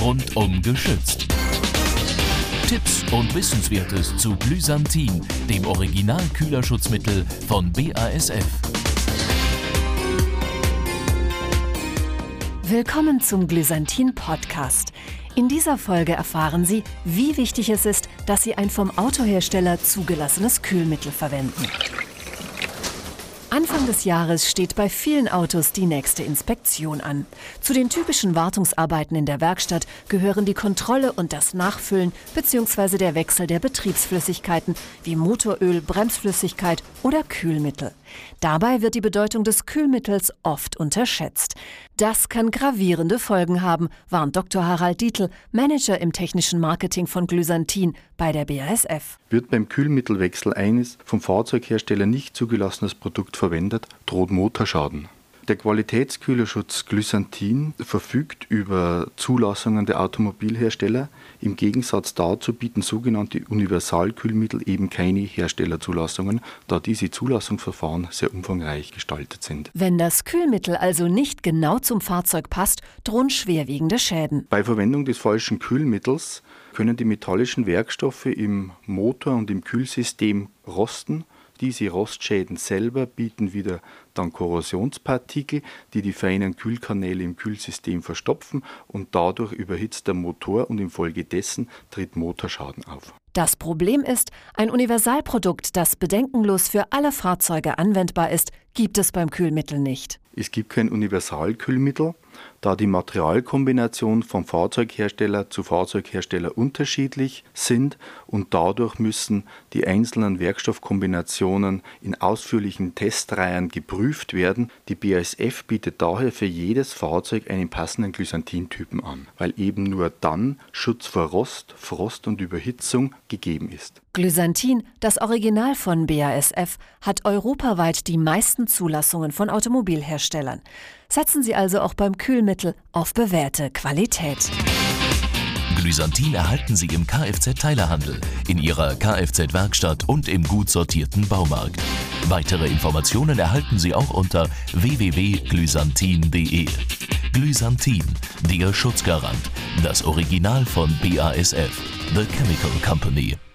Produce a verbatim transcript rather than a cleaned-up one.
rundum geschützt. Tipps und Wissenswertes zu Glysantin, dem Original-Kühlerschutzmittel von B A S F. Willkommen zum Glysantin-Podcast. In dieser Folge erfahren Sie, wie wichtig es ist, dass Sie ein vom Autohersteller zugelassenes Kühlmittel verwenden. Anfang des Jahres steht bei vielen Autos die nächste Inspektion an. Zu den typischen Wartungsarbeiten in der Werkstatt gehören die Kontrolle und das Nachfüllen bzw. der Wechsel der Betriebsflüssigkeiten wie Motoröl, Bremsflüssigkeit oder Kühlmittel. Dabei wird die Bedeutung des Kühlmittels oft unterschätzt. Das kann gravierende Folgen haben, warnt Doktor Harald Dietl, Manager im technischen Marketing von Glysantin bei der B A S F. Wird beim Kühlmittelwechsel eines vom Fahrzeughersteller nicht zugelassenes Produkt verwendet, droht Motorschaden. Der Qualitätskühlerschutz Glysantin verfügt über Zulassungen der Automobilhersteller. Im Gegensatz dazu bieten sogenannte Universalkühlmittel eben keine Herstellerzulassungen, da diese Zulassungsverfahren sehr umfangreich gestaltet sind. Wenn das Kühlmittel also nicht genau zum Fahrzeug passt, drohen schwerwiegende Schäden. Bei Verwendung des falschen Kühlmittels können die metallischen Werkstoffe im Motor und im Kühlsystem rosten. Diese Rostschäden selber bieten wieder dann Korrosionspartikel, die die feinen Kühlkanäle im Kühlsystem verstopfen, und dadurch überhitzt der Motor und infolgedessen tritt Motorschaden auf. Das Problem ist, ein Universalprodukt, das bedenkenlos für alle Fahrzeuge anwendbar ist, gibt es beim Kühlmittel nicht. Es gibt kein Universalkühlmittel, da die Materialkombinationen vom Fahrzeughersteller zu Fahrzeughersteller unterschiedlich sind, und dadurch müssen die einzelnen Werkstoffkombinationen in ausführlichen Testreihen geprüft werden. Die B A S F bietet daher für jedes Fahrzeug einen passenden Glysantin-Typen an, weil eben nur dann Schutz vor Rost, Frost und Überhitzung gegeben ist. Glysantin, das Original von B A S F, hat europaweit die meisten Zulassungen von Automobilherstellern. Setzen Sie also auch beim Kühlmittel auf bewährte Qualität. Glysantin erhalten Sie im Kfz-Teilehandel, in Ihrer Kfz-Werkstatt und im gut sortierten Baumarkt. Weitere Informationen erhalten Sie auch unter w w w punkt glysantin punkt d e. Glysantin, der Schutzgarant, das Original von B A S F, The Chemical Company.